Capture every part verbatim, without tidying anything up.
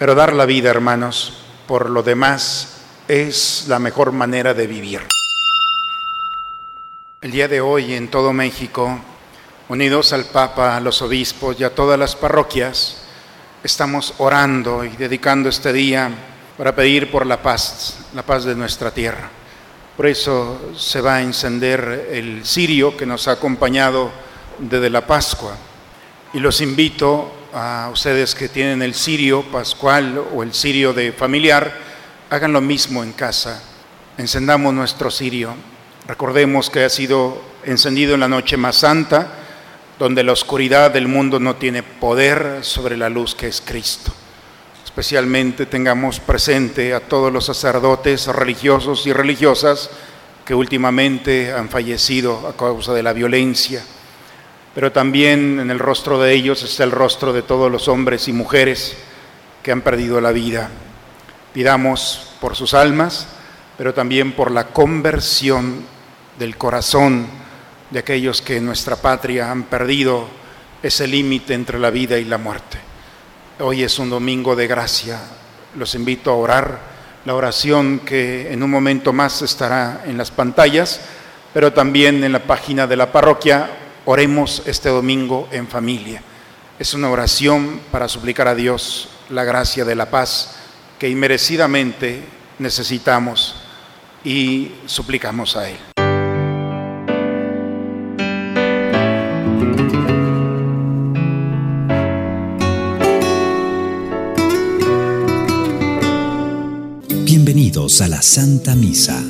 Pero dar la vida, hermanos, por lo demás es la mejor manera de vivir. El día de hoy en todo México, unidos al Papa, a los obispos y a todas las parroquias, estamos orando y dedicando este día para pedir por la paz, la paz de nuestra tierra. Por eso se va a encender el cirio que nos ha acompañado desde la Pascua. Y los invito a ustedes que tienen el cirio pascual o el cirio de familiar, hagan lo mismo en casa. Encendamos nuestro cirio. Recordemos que ha sido encendido en la noche más santa, donde la oscuridad del mundo no tiene poder sobre la luz que es Cristo. Especialmente tengamos presente a todos los sacerdotes religiosos y religiosas que últimamente han fallecido a causa de la violencia. Pero también en el rostro de ellos está el rostro de todos los hombres y mujeres que han perdido la vida. Pidamos por sus almas, pero también por la conversión del corazón de aquellos que en nuestra patria han perdido ese límite entre la vida y la muerte. Hoy es un domingo de gracia. Los invito a orar la oración que en un momento más estará en las pantallas, pero también en la página de la parroquia. Oremos este domingo en familia. Es una oración para suplicar a Dios la gracia de la paz que inmerecidamente necesitamos y suplicamos a Él. Bienvenidos a la Santa Misa.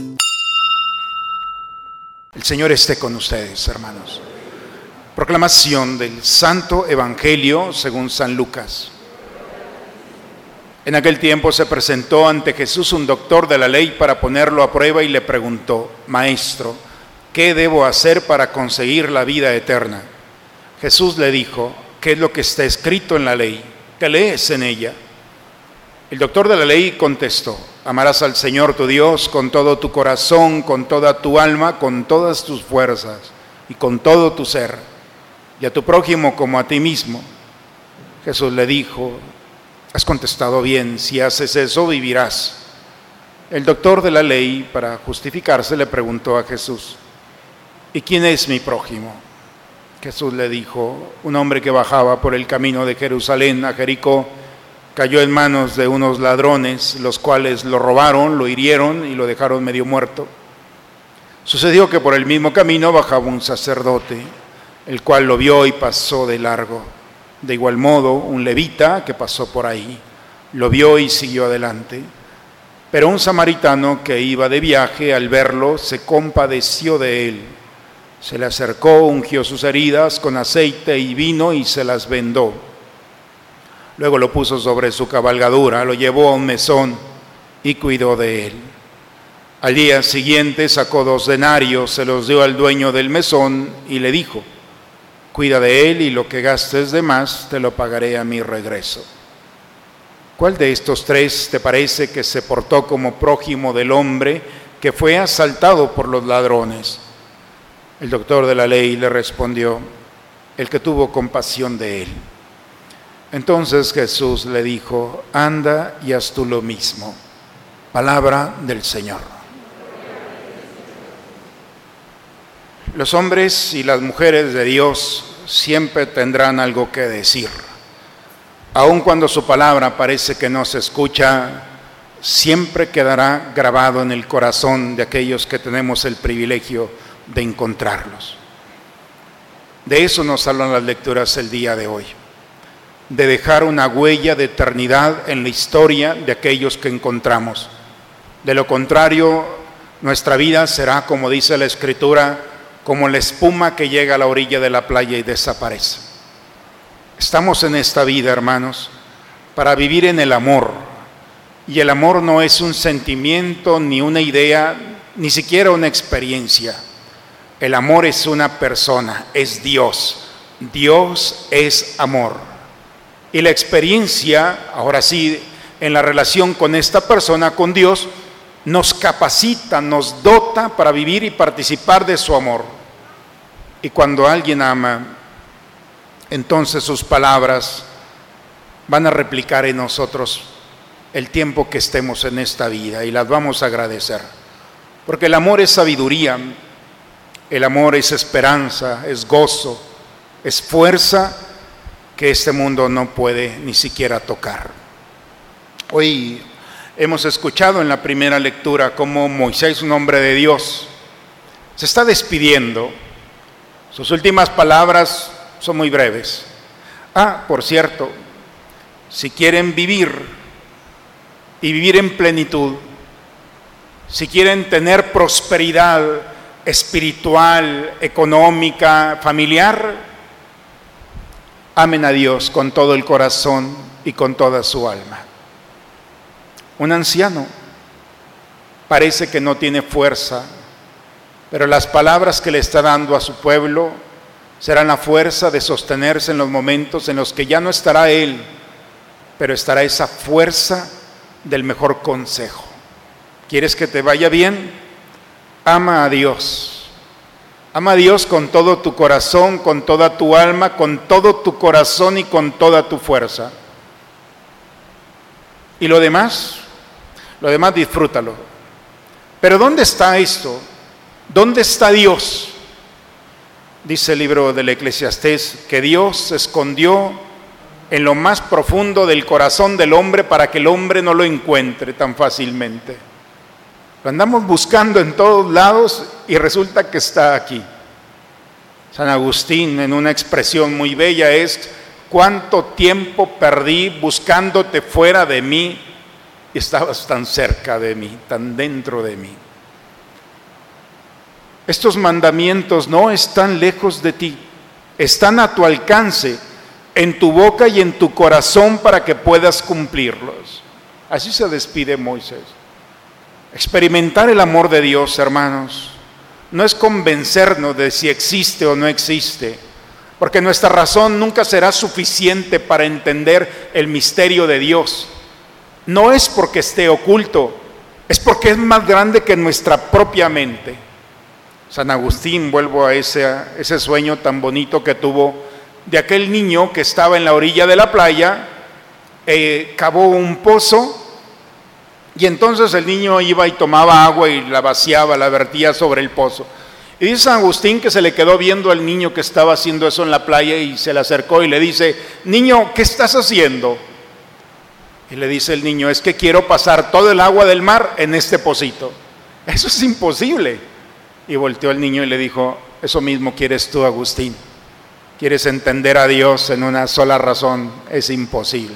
El Señor esté con ustedes, hermanos. Proclamación del Santo Evangelio según San Lucas. En aquel tiempo se presentó ante Jesús un doctor de la ley para ponerlo a prueba y le preguntó: Maestro, ¿qué debo hacer para conseguir la vida eterna? Jesús le dijo: ¿qué es lo que está escrito en la ley? ¿Qué lees en ella? El doctor de la ley contestó: amarás al Señor tu Dios con todo tu corazón, con toda tu alma, con todas tus fuerzas y con todo tu ser, y a tu prójimo como a ti mismo. Jesús le dijo: has contestado bien, si haces eso vivirás. El doctor de la ley, para justificarse, le preguntó a Jesús: ¿y quién es mi prójimo? Jesús le dijo: un hombre que bajaba por el camino de Jerusalén a Jericó cayó en manos de unos ladrones, los cuales lo robaron, lo hirieron y lo dejaron medio muerto. Sucedió que por el mismo camino bajaba un sacerdote, el cual lo vio y pasó de largo. De igual modo, un levita que pasó por ahí, lo vio y siguió adelante. Pero un samaritano que iba de viaje, al verlo, se compadeció de él. Se le acercó, ungió sus heridas con aceite y vino y se las vendó. Luego lo puso sobre su cabalgadura, lo llevó a un mesón y cuidó de él. Al día siguiente sacó dos denarios, se los dio al dueño del mesón y le dijo: cuida de él y lo que gastes de más te lo pagaré a mi regreso. ¿Cuál de estos tres te parece que se portó como prójimo del hombre que fue asaltado por los ladrones? El doctor de la ley le respondió: el que tuvo compasión de él. Entonces Jesús le dijo: anda y haz tú lo mismo. Palabra del Señor. Los hombres y las mujeres de Dios siempre tendrán algo que decir. Aun cuando su palabra parece que no se escucha, siempre quedará grabado en el corazón de aquellos que tenemos el privilegio de encontrarlos. De eso nos hablan las lecturas el día de hoy, de dejar una huella de eternidad en la historia de aquellos que encontramos. De lo contrario, nuestra vida será, como dice la Escritura, como la espuma que llega a la orilla de la playa y desaparece. Estamos en esta vida, hermanos, para vivir en el amor. Y el amor no es un sentimiento, ni una idea, ni siquiera una experiencia. El amor es una persona, es Dios. Dios es amor. Y la experiencia, ahora sí, en la relación con esta persona, con Dios, nos capacita, nos dota para vivir y participar de su amor. Y cuando alguien ama, entonces sus palabras van a replicar en nosotros el tiempo que estemos en esta vida y las vamos a agradecer. Porque el amor es sabiduría, el amor es esperanza, es gozo, es fuerza que este mundo no puede ni siquiera tocar. Hoy hemos escuchado en la primera lectura cómo Moisés, un hombre de Dios, se está despidiendo. Sus últimas palabras son muy breves. Ah, por cierto, si quieren vivir y vivir en plenitud, si quieren tener prosperidad espiritual, económica, familiar, amen a Dios con todo el corazón y con toda su alma. Un anciano parece que no tiene fuerza, pero las palabras que le está dando a su pueblo serán la fuerza de sostenerse en los momentos en los que ya no estará él, pero estará esa fuerza del mejor consejo. ¿Quieres que te vaya bien? Ama a Dios. Ama a Dios con todo tu corazón, con toda tu alma, con todo tu corazón y con toda tu fuerza. Y lo demás, lo demás disfrútalo. Pero ¿dónde está esto? ¿Dónde está Dios? Dice el libro del Eclesiastés que Dios se escondió en lo más profundo del corazón del hombre para que el hombre no lo encuentre tan fácilmente. Lo andamos buscando en todos lados y resulta que está aquí. San Agustín, en una expresión muy bella, es: cuánto tiempo perdí buscándote fuera de mí y estabas tan cerca de mí, tan dentro de mí. Estos mandamientos no están lejos de ti, están a tu alcance, en tu boca y en tu corazón para que puedas cumplirlos. Así se despide Moisés. Experimentar el amor de Dios, hermanos, no es convencernos de si existe o no existe, porque nuestra razón nunca será suficiente para entender el misterio de Dios. No es porque esté oculto, es porque es más grande que nuestra propia mente. San Agustín, vuelvo a ese, ese sueño tan bonito que tuvo de aquel niño que estaba en la orilla de la playa, eh, cavó un pozo y entonces el niño iba y tomaba agua y la vaciaba, la vertía sobre el pozo. Y dice San Agustín que se le quedó viendo al niño que estaba haciendo eso en la playa y se le acercó y le dice: niño, ¿qué estás haciendo? Y le dice el niño: es que quiero pasar todo el agua del mar en este pocito. Eso es imposible. Y volteó el niño y le dijo: eso mismo quieres tú, Agustín. Quieres entender a Dios en una sola razón, es imposible.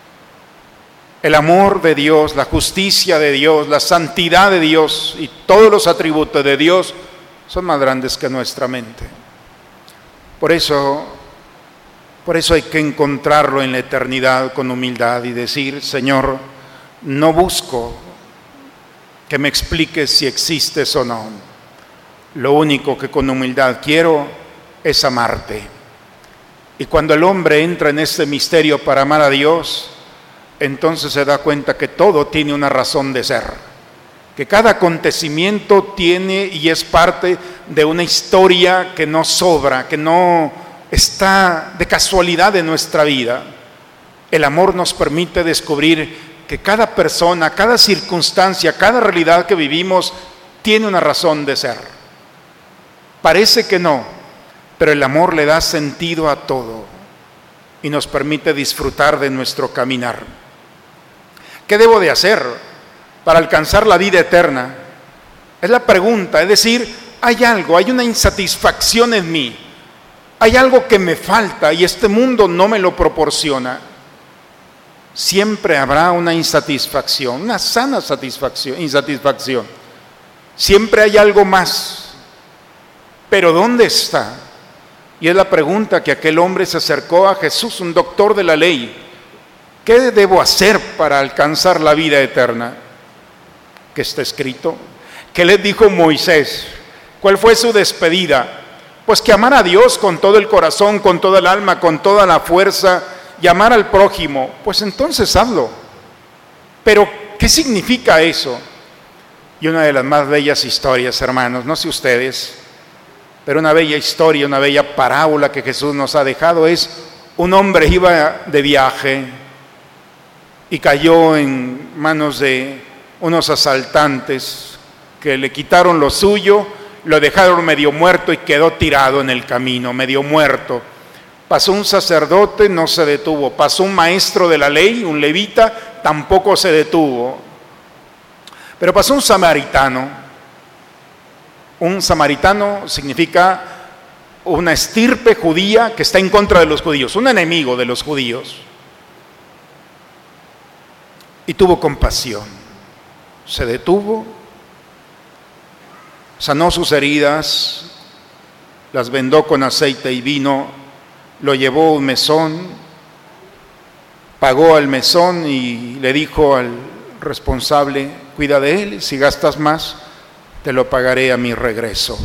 El amor de Dios, la justicia de Dios, la santidad de Dios y todos los atributos de Dios son más grandes que nuestra mente. Por eso, por eso hay que encontrarlo en la eternidad con humildad y decir: Señor, no busco que me expliques si existes o no. Lo único que con humildad quiero es amarte. Y cuando el hombre entra en este misterio para amar a Dios, entonces se da cuenta que todo tiene una razón de ser, que cada acontecimiento tiene y es parte de una historia que no sobra, que no está de casualidad en nuestra vida. El amor nos permite descubrir que cada persona, cada circunstancia, cada realidad que vivimos tiene una razón de ser. Parece que no, pero el amor le da sentido a todo y nos permite disfrutar de nuestro caminar. ¿Qué debo de hacer para alcanzar la vida eterna? Es la pregunta, es decir, hay algo, hay una insatisfacción en mí, hay algo que me falta y este mundo no me lo proporciona. Siempre habrá una insatisfacción, una sana satisfacción, insatisfacción. Siempre hay algo más. Pero ¿dónde está? Y es la pregunta que aquel hombre se acercó a Jesús, un doctor de la ley. ¿Qué debo hacer para alcanzar la vida eterna? ¿Qué está escrito? ¿Qué le dijo Moisés? ¿Cuál fue su despedida? Pues que amar a Dios con todo el corazón, con toda el alma, con toda la fuerza y amar al prójimo. Pues entonces hazlo. Pero ¿qué significa eso? Y una de las más bellas historias, hermanos, no sé ustedes, pero una bella historia, una bella parábola que Jesús nos ha dejado es: un hombre iba de viaje y cayó en manos de unos asaltantes que le quitaron lo suyo, lo dejaron medio muerto y quedó tirado en el camino, medio muerto. Pasó un sacerdote, no se detuvo. Pasó un maestro de la ley, un levita, tampoco se detuvo. Pero pasó un samaritano. Un samaritano significa una estirpe judía que está en contra de los judíos, un enemigo de los judíos. Y tuvo compasión. Se detuvo, sanó sus heridas, las vendó con aceite y vino, lo llevó a un mesón, pagó al mesón y le dijo al responsable: cuida de él, si gastas más, te lo pagaré a mi regreso.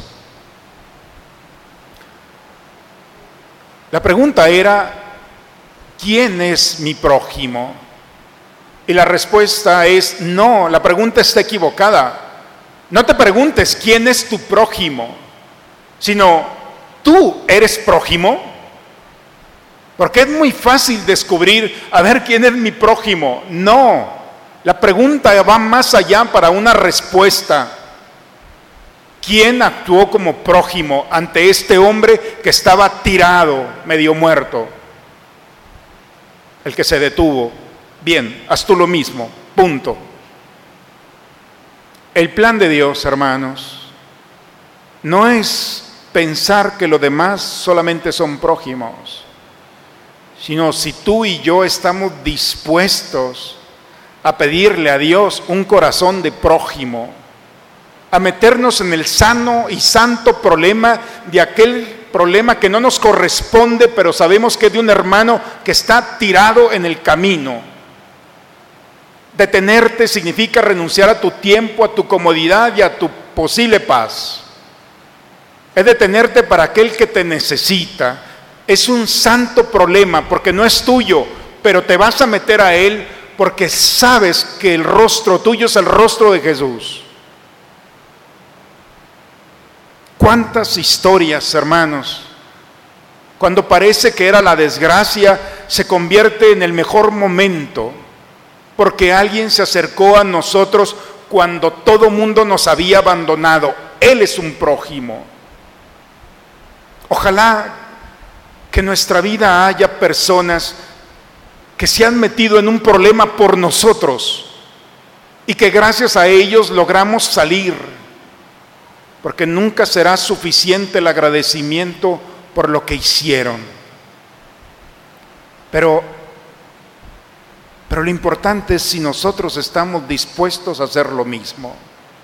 La pregunta era: ¿quién es mi prójimo? Y la respuesta es no, la pregunta está equivocada. No te preguntes quién es tu prójimo, sino ¿tú eres prójimo? Porque es muy fácil descubrir, a ver, ¿quién es mi prójimo? No, la pregunta va más allá para una respuesta. ¿Quién actuó como prójimo ante este hombre que estaba tirado, medio muerto? El que se detuvo. Bien, haz tú lo mismo, punto. El plan de Dios, hermanos, no es pensar que los demás solamente son prójimos, sino si tú y yo estamos dispuestos a pedirle a Dios un corazón de prójimo, a meternos en el sano y santo problema de aquel problema que no nos corresponde, pero sabemos que es de un hermano que está tirado en el camino. Detenerte significa renunciar a tu tiempo, a tu comodidad y a tu posible paz. Es detenerte para aquel que te necesita. Es un santo problema porque no es tuyo, pero te vas a meter a él porque sabes que el rostro tuyo es el rostro de Jesús. ¿Cuántas historias, hermanos? Cuando parece que era la desgracia, se convierte en el mejor momento, porque alguien se acercó a nosotros cuando todo mundo nos había abandonado. Él es un prójimo. Ojalá que en nuestra vida haya personas que se han metido en un problema por nosotros y que gracias a ellos logramos salir, porque nunca será suficiente el agradecimiento por lo que hicieron. Pero Pero lo importante es si nosotros estamos dispuestos a hacer lo mismo.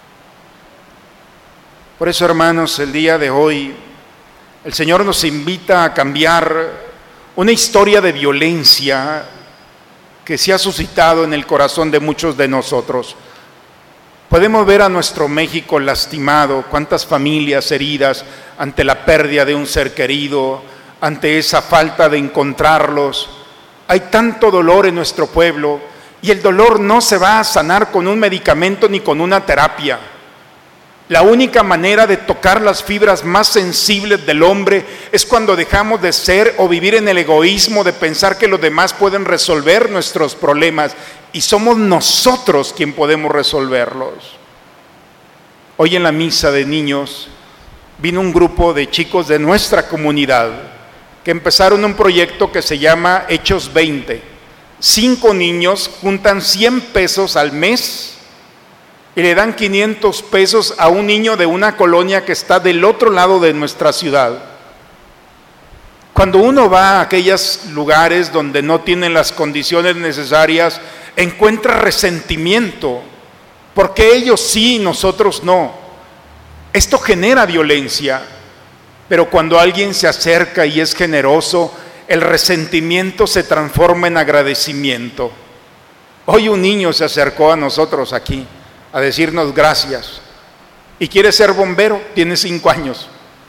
Por eso, hermanos, el día de hoy el Señor nos invita a cambiar una historia de violencia que se ha suscitado en el corazón de muchos de nosotros. Podemos ver a nuestro México lastimado, cuántas familias heridas ante la pérdida de un ser querido, ante esa falta de encontrarlos. Hay tanto dolor en nuestro pueblo y el dolor no se va a sanar con un medicamento ni con una terapia. La única manera de tocar las fibras más sensibles del hombre es cuando dejamos de ser o vivir en el egoísmo de pensar que los demás pueden resolver nuestros problemas y somos nosotros quien podemos resolverlos. Hoy en la misa de niños vino un grupo de chicos de nuestra comunidad que empezaron un proyecto que se llama Hechos veinte. Cinco niños juntan cien pesos al mes y le dan quinientos pesos a un niño de una colonia que está del otro lado de nuestra ciudad. Cuando uno va a aquellos lugares donde no tienen las condiciones necesarias, encuentra resentimiento, porque ellos sí, nosotros no. Esto genera violencia. Pero cuando alguien se acerca y es generoso, el resentimiento se transforma en agradecimiento. Hoy un niño se acercó a nosotros aquí a decirnos gracias y quiere ser bombero, tiene cinco años.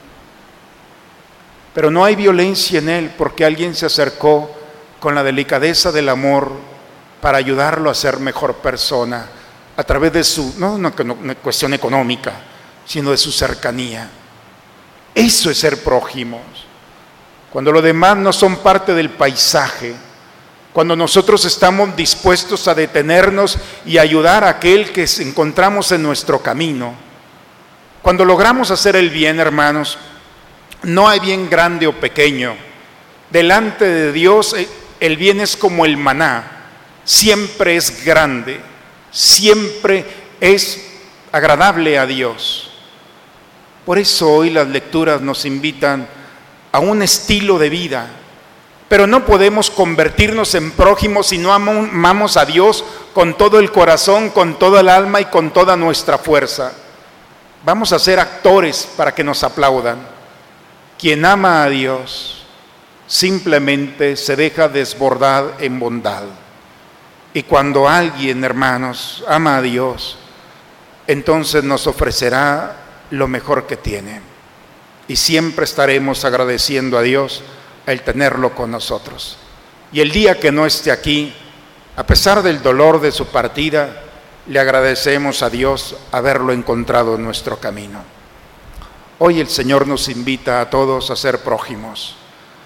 Pero no hay violencia en él porque alguien se acercó con la delicadeza del amor para ayudarlo a ser mejor persona a través de su, no una, una cuestión económica, sino de su cercanía. Eso es ser prójimos. Cuando los demás no son parte del paisaje, Cuando nosotros estamos dispuestos a detenernos y ayudar a aquel que encontramos en nuestro camino. Cuando logramos hacer el bien, hermanos, no hay bien grande o pequeño. Delante de Dios el bien es como el maná, siempre es grande, siempre es agradable a Dios. Por eso hoy las lecturas nos invitan a un estilo de vida, pero no podemos convertirnos en prójimos si no amamos a Dios con todo el corazón, con toda el alma y con toda nuestra fuerza. Vamos a ser actores para que nos aplaudan. Quien ama a Dios simplemente se deja desbordar en bondad. Y cuando alguien, hermanos, ama a Dios, entonces nos ofrecerá lo mejor que tiene. Y siempre estaremos agradeciendo a Dios el tenerlo con nosotros. Y el día que no esté aquí, a pesar del dolor de su partida, le agradecemos a Dios haberlo encontrado en nuestro camino. Hoy el Señor nos invita a todos a ser prójimos,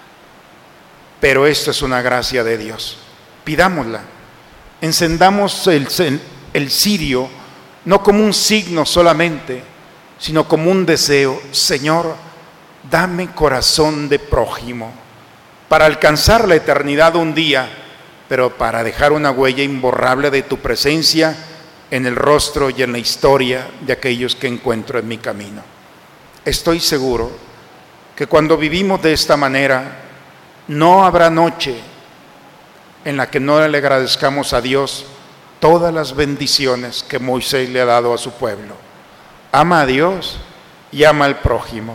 pero esto es una gracia de Dios. Pidámosla, encendamos el, el cirio, no como un signo solamente, sino como un deseo. Señor, dame corazón de prójimo, para alcanzar la eternidad un día, pero para dejar una huella imborrable de tu presencia en el rostro y en la historia de aquellos que encuentro en mi camino. Estoy seguro que cuando vivimos de esta manera, no habrá noche en la que no le agradezcamos a Dios todas las bendiciones que Moisés le ha dado a su pueblo. Ama a Dios y ama al prójimo.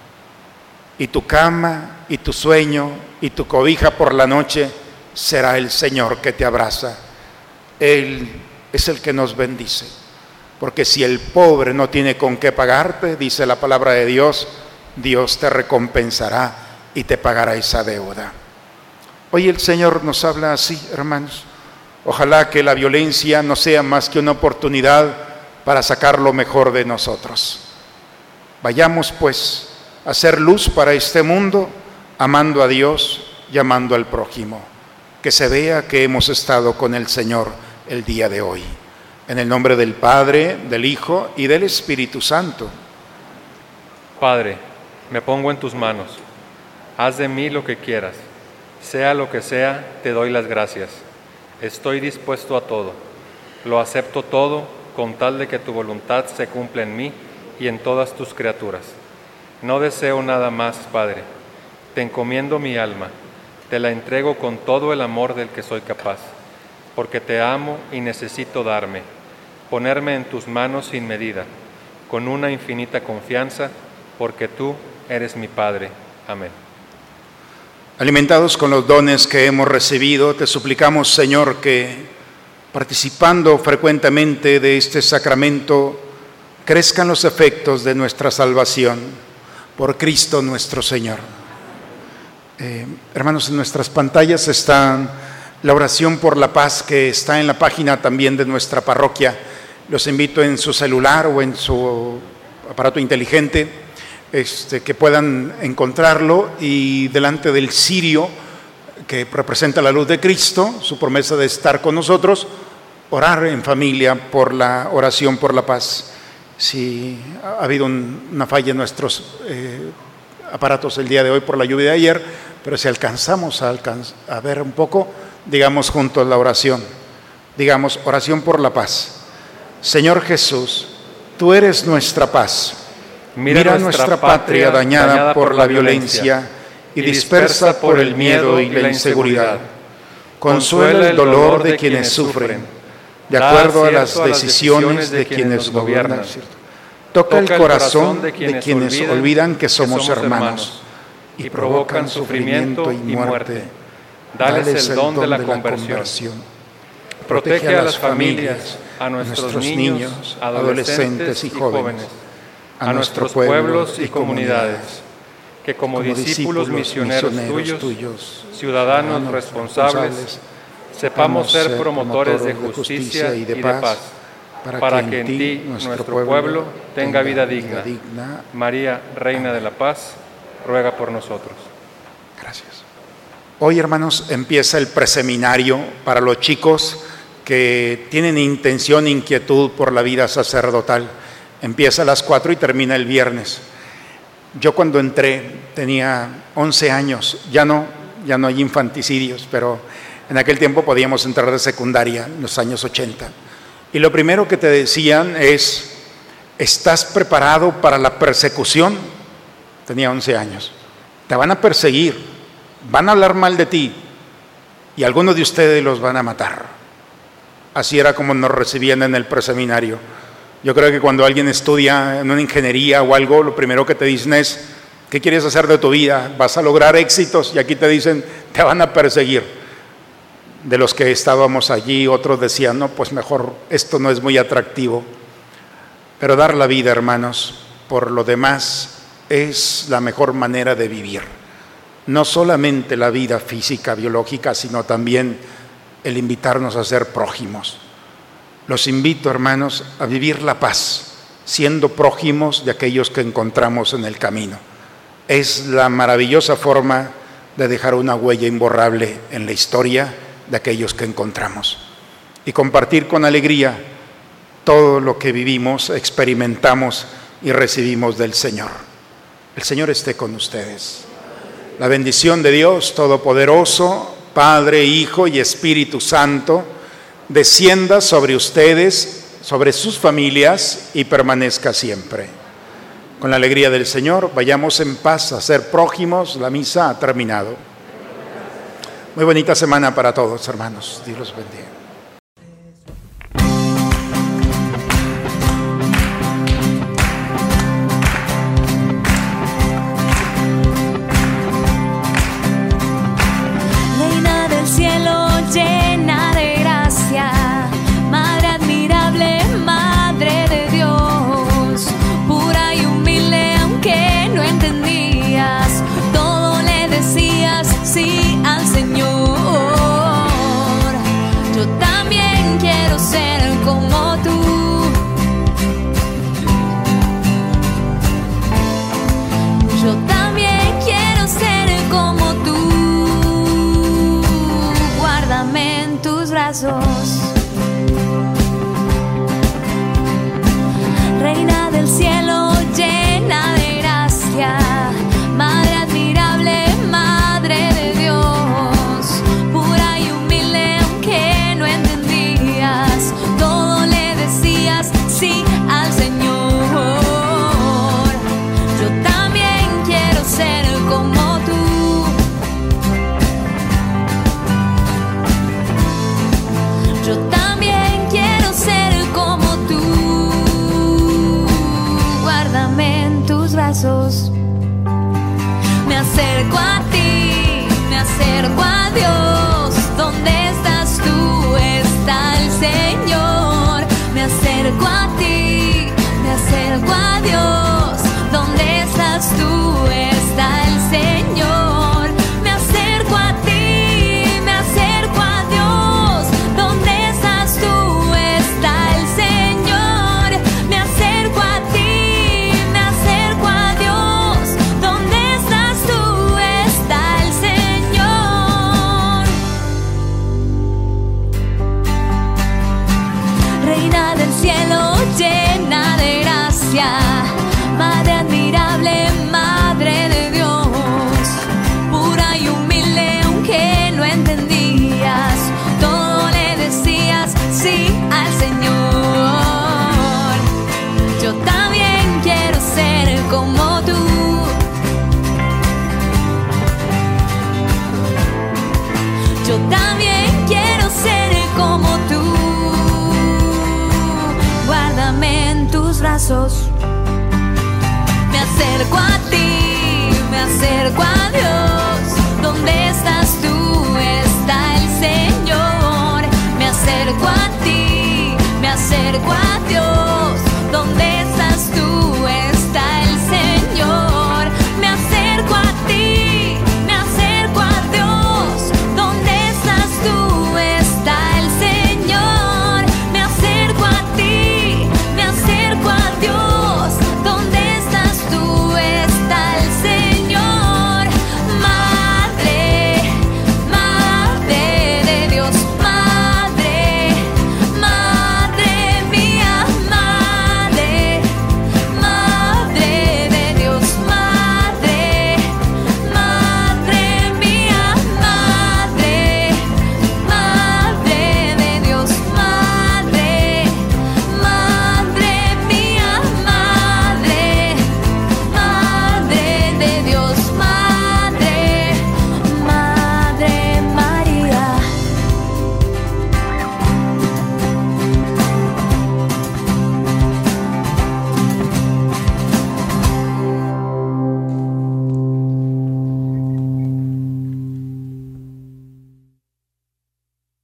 Y tu cama, y tu sueño, y tu cobija por la noche será el Señor que te abraza. Él es el que nos bendice. Porque si el pobre no tiene con qué pagarte, dice la palabra de Dios, Dios te recompensará y te pagará esa deuda. Hoy el Señor nos habla así, hermanos. Ojalá que la violencia no sea más que una oportunidad para sacar lo mejor de nosotros. Vayamos pues a hacer luz para este mundo, amando a Dios y amando al prójimo. Que se vea que hemos estado con el Señor el día de hoy. En el nombre del Padre, del Hijo y del Espíritu Santo. Padre, me pongo en tus manos. Haz de mí lo que quieras. Sea lo que sea, te doy las gracias. Estoy dispuesto a todo. Lo acepto todo con tal de que tu voluntad se cumpla en mí y en todas tus criaturas. No deseo nada más, Padre. Te encomiendo mi alma. Te la entrego con todo el amor del que soy capaz, porque te amo y necesito darme, ponerme en tus manos sin medida, con una infinita confianza, porque tú eres mi Padre. Amén. Alimentados con los dones que hemos recibido, te suplicamos, Señor, que participando frecuentemente de este sacramento, crezcan los efectos de nuestra salvación por Cristo nuestro Señor. Eh, hermanos, en nuestras pantallas está la oración por la paz que está en la página también de nuestra parroquia. Los invito en su celular o en su aparato inteligente este, que puedan encontrarlo, y delante del cirio que representa la luz de Cristo, su promesa de estar con nosotros, orar en familia por la oración por la paz. Si ha habido un, una falla en nuestros eh, aparatos el día de hoy por la lluvia de ayer, pero si alcanzamos a, alcanz a ver un poco, digamos juntos la oración. Digamos, oración por la paz. Señor Jesús, tú eres nuestra paz. Mira, Mira nuestra, nuestra patria dañada, dañada por la violencia y dispersa por el miedo y la inseguridad. Consuela el dolor de quienes sufren, de acuerdo a las decisiones de quienes gobiernan. Toca el corazón de quienes olvidan que somos hermanos y provocan sufrimiento y muerte. Dales el don de la conversión. Protege a las familias, a nuestros niños, adolescentes y jóvenes, a nuestros pueblos y comunidades, que como discípulos misioneros tuyos, ciudadanos responsables, sepamos ser promotores de justicia y de paz, para que en ti nuestro pueblo tenga vida digna. María, Reina de la Paz, ruega por nosotros. Gracias. Hoy, hermanos, empieza el preseminario para los chicos que tienen intención, inquietud por la vida sacerdotal. Empieza a las cuatro y termina el viernes. Yo cuando entré tenía once años, ya no, ya no hay infanticidios, pero en aquel tiempo podíamos entrar de secundaria, en los años ochenta. Y lo primero que te decían es, ¿estás preparado para la persecución? Tenía once años. Te van a perseguir, van a hablar mal de ti y algunos de ustedes los van a matar. Así era como nos recibían en el preseminario. Yo creo que cuando alguien estudia en una ingeniería o algo, lo primero que te dicen es, ¿qué quieres hacer de tu vida? ¿Vas a lograr éxitos? Y aquí te dicen, te van a perseguir. De los que estábamos allí, otros decían, no, pues mejor, esto no es muy atractivo. Pero dar la vida, hermanos, por lo demás, es la mejor manera de vivir. No solamente la vida física, biológica, sino también el invitarnos a ser prójimos. Los invito, hermanos, a vivir la paz, siendo prójimos de aquellos que encontramos en el camino. Es la maravillosa forma de dejar una huella imborrable en la historia de aquellos que encontramos. Y compartir con alegría todo lo que vivimos, experimentamos y recibimos del Señor. El Señor esté con ustedes. La bendición de Dios Todopoderoso, Padre, Hijo y Espíritu Santo, descienda sobre ustedes, sobre sus familias y permanezca siempre. Con la alegría del Señor, vayamos en paz a ser prójimos. La misa ha terminado. Muy bonita semana para todos, hermanos. Dios los bendiga. Reina del cielo, llena de gracia, Madre admirable, Madre de Dios, pura y humilde aunque no entendías, todo le decías sí al Señor. Yo también quiero ser como tú. Yo también quiero ser como tú. Guárdame en tus brazos. Me acerco a ti, me acerco a Dios. ¿Dónde estás tú? Está el Señor. Me acerco a ti, me acerco a Dios. ¿Dónde estás tú? Está el Señor. Me acerco a ti, me acerco a Dios. ¿Dónde estás tú? Está el Señor. Me acerco a ti, me acerco a Dios. ¿Dónde estás tú? Está el Señor. Reina del cielo, llena de gracia, Madre admirable, Madre de Dios, pura y humilde aunque no entendías, todo le decías sí al Señor. Yo también quiero ser como tú. Yo también quiero ser como tú. Guárdame en tus brazos. Me acerco a ti, me acerco a Dios. ¿Dónde estás tú? Está el Señor. Me acerco a ti, me acerco a Dios.